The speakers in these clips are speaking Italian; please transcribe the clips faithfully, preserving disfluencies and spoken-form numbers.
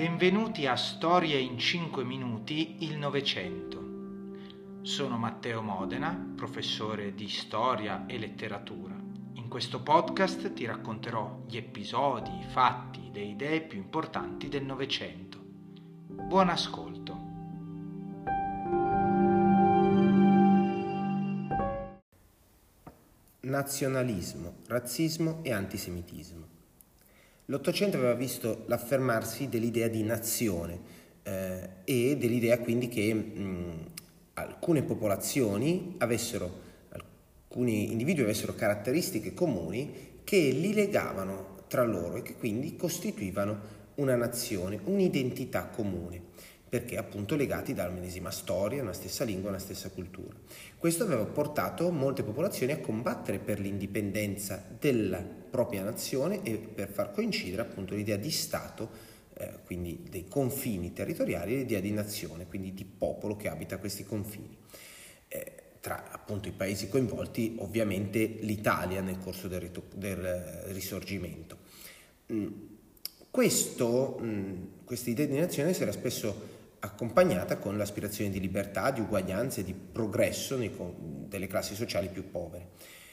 Benvenuti a Storie in cinque minuti, il Novecento. Sono Matteo Modena, professore di storia e letteratura. In questo podcast ti racconterò gli episodi, i fatti, le idee più importanti del Novecento. Buon ascolto. Nazionalismo, razzismo e antisemitismo. L'Ottocento aveva visto l'affermarsi dell'idea di nazione eh, e dell'idea quindi che mh, alcune popolazioni avessero, alcuni individui avessero caratteristiche comuni che li legavano tra loro e che quindi costituivano una nazione, un'identità comune, perché appunto legati dalla medesima storia, una stessa lingua, una stessa cultura. Questo aveva portato molte popolazioni a combattere per l'indipendenza della propria nazione e per far coincidere appunto l'idea di Stato, eh, quindi dei confini territoriali, e l'idea di nazione, quindi di popolo che abita questi confini. Eh, tra appunto i paesi coinvolti, ovviamente l'Italia nel corso del, rit- del Risorgimento. Mm. Questo, mh, questa idea di nazione si era spesso accompagnata con l'aspirazione di libertà, di uguaglianza e di progresso nei, delle classi sociali più povere.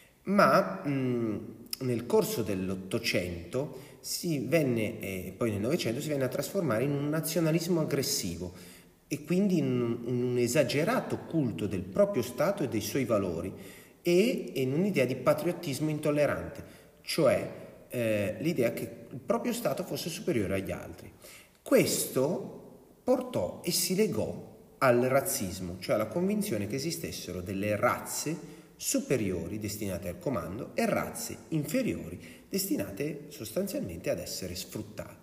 Ma mh, nel corso dell'Ottocento si venne, e poi nel Novecento, si venne a trasformare in un nazionalismo aggressivo e quindi in un, in un esagerato culto del proprio Stato e dei suoi valori e in un'idea di patriottismo intollerante, cioè eh, l'idea che il proprio Stato fosse superiore agli altri. Questo portò e si legò al razzismo, cioè alla convinzione che esistessero delle razze superiori destinate al comando e razze inferiori destinate sostanzialmente ad essere sfruttate.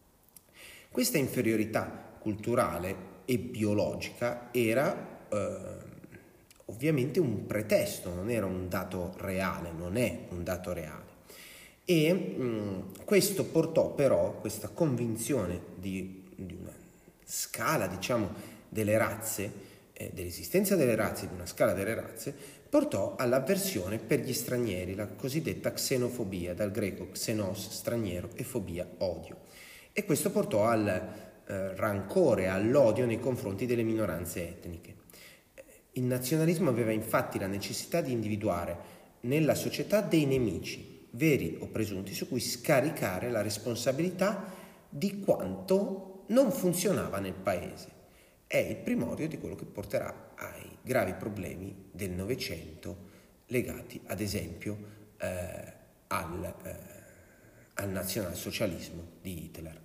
Questa inferiorità culturale e biologica era eh, ovviamente un pretesto, non era un dato reale, non è un dato reale. E mh, questo portò però, questa convinzione di, di una scala, diciamo, delle razze, eh, dell'esistenza delle razze, di una scala delle razze, portò all'avversione per gli stranieri, la cosiddetta xenofobia, dal greco xenos, straniero, e fobia, odio. E questo portò al eh, rancore, all'odio nei confronti delle minoranze etniche. Il nazionalismo aveva infatti la necessità di individuare nella società dei nemici, veri o presunti, su cui scaricare la responsabilità di quanto non funzionava nel paese. È il primorio di quello che porterà ai gravi problemi del Novecento legati, ad esempio, eh, al, eh, al nazionalsocialismo di Hitler.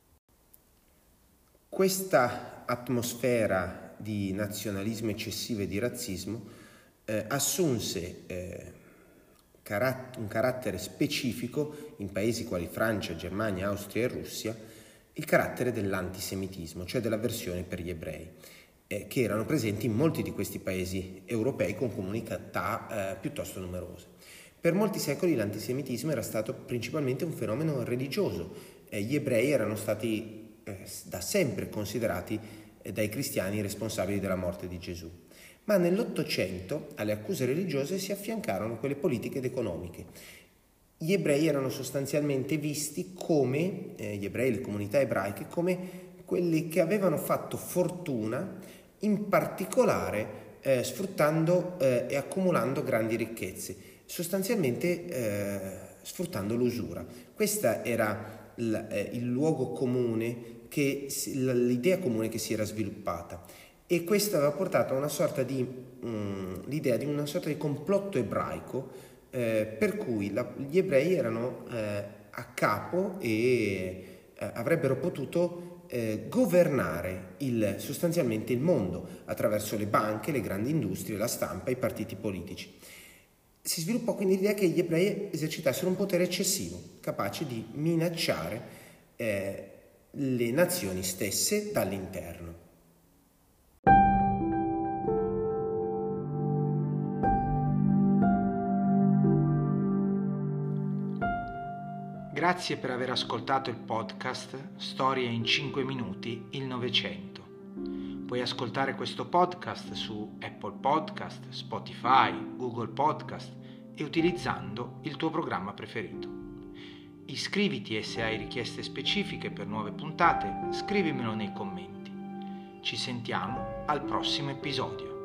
Questa atmosfera di nazionalismo eccessivo e di razzismo eh, assunse eh, un carattere specifico in paesi quali Francia, Germania, Austria e Russia, il carattere dell'antisemitismo, cioè dell'avversione per gli ebrei, eh, che erano presenti in molti di questi paesi europei con comunità eh, piuttosto numerose. Per molti secoli l'antisemitismo era stato principalmente un fenomeno religioso. Eh, gli ebrei erano stati eh, da sempre considerati eh, dai cristiani responsabili della morte di Gesù. Ma nell'Ottocento alle accuse religiose si affiancarono quelle politiche ed economiche. Gli ebrei erano sostanzialmente visti come, eh, gli ebrei, le comunità ebraiche, come quelli che avevano fatto fortuna, in particolare eh, sfruttando eh, e accumulando grandi ricchezze, sostanzialmente eh, sfruttando l'usura. Questa era l, eh, il luogo comune, che l'idea comune che si era sviluppata. E questo aveva portato a una sorta di, mh, l'idea di una sorta di complotto ebraico, eh, per cui la, gli ebrei erano eh, a capo e eh, avrebbero potuto eh, governare il, sostanzialmente il mondo attraverso le banche, le grandi industrie, la stampa, i partiti politici. Si sviluppò quindi l'idea che gli ebrei esercitassero un potere eccessivo, capace di minacciare eh, le nazioni stesse dall'interno. Grazie per aver ascoltato il podcast Storie in cinque minuti, il Novecento. Puoi ascoltare questo podcast su Apple Podcast, Spotify, Google Podcast e utilizzando il tuo programma preferito. Iscriviti e se hai richieste specifiche per nuove puntate, scrivimelo nei commenti. Ci sentiamo al prossimo episodio.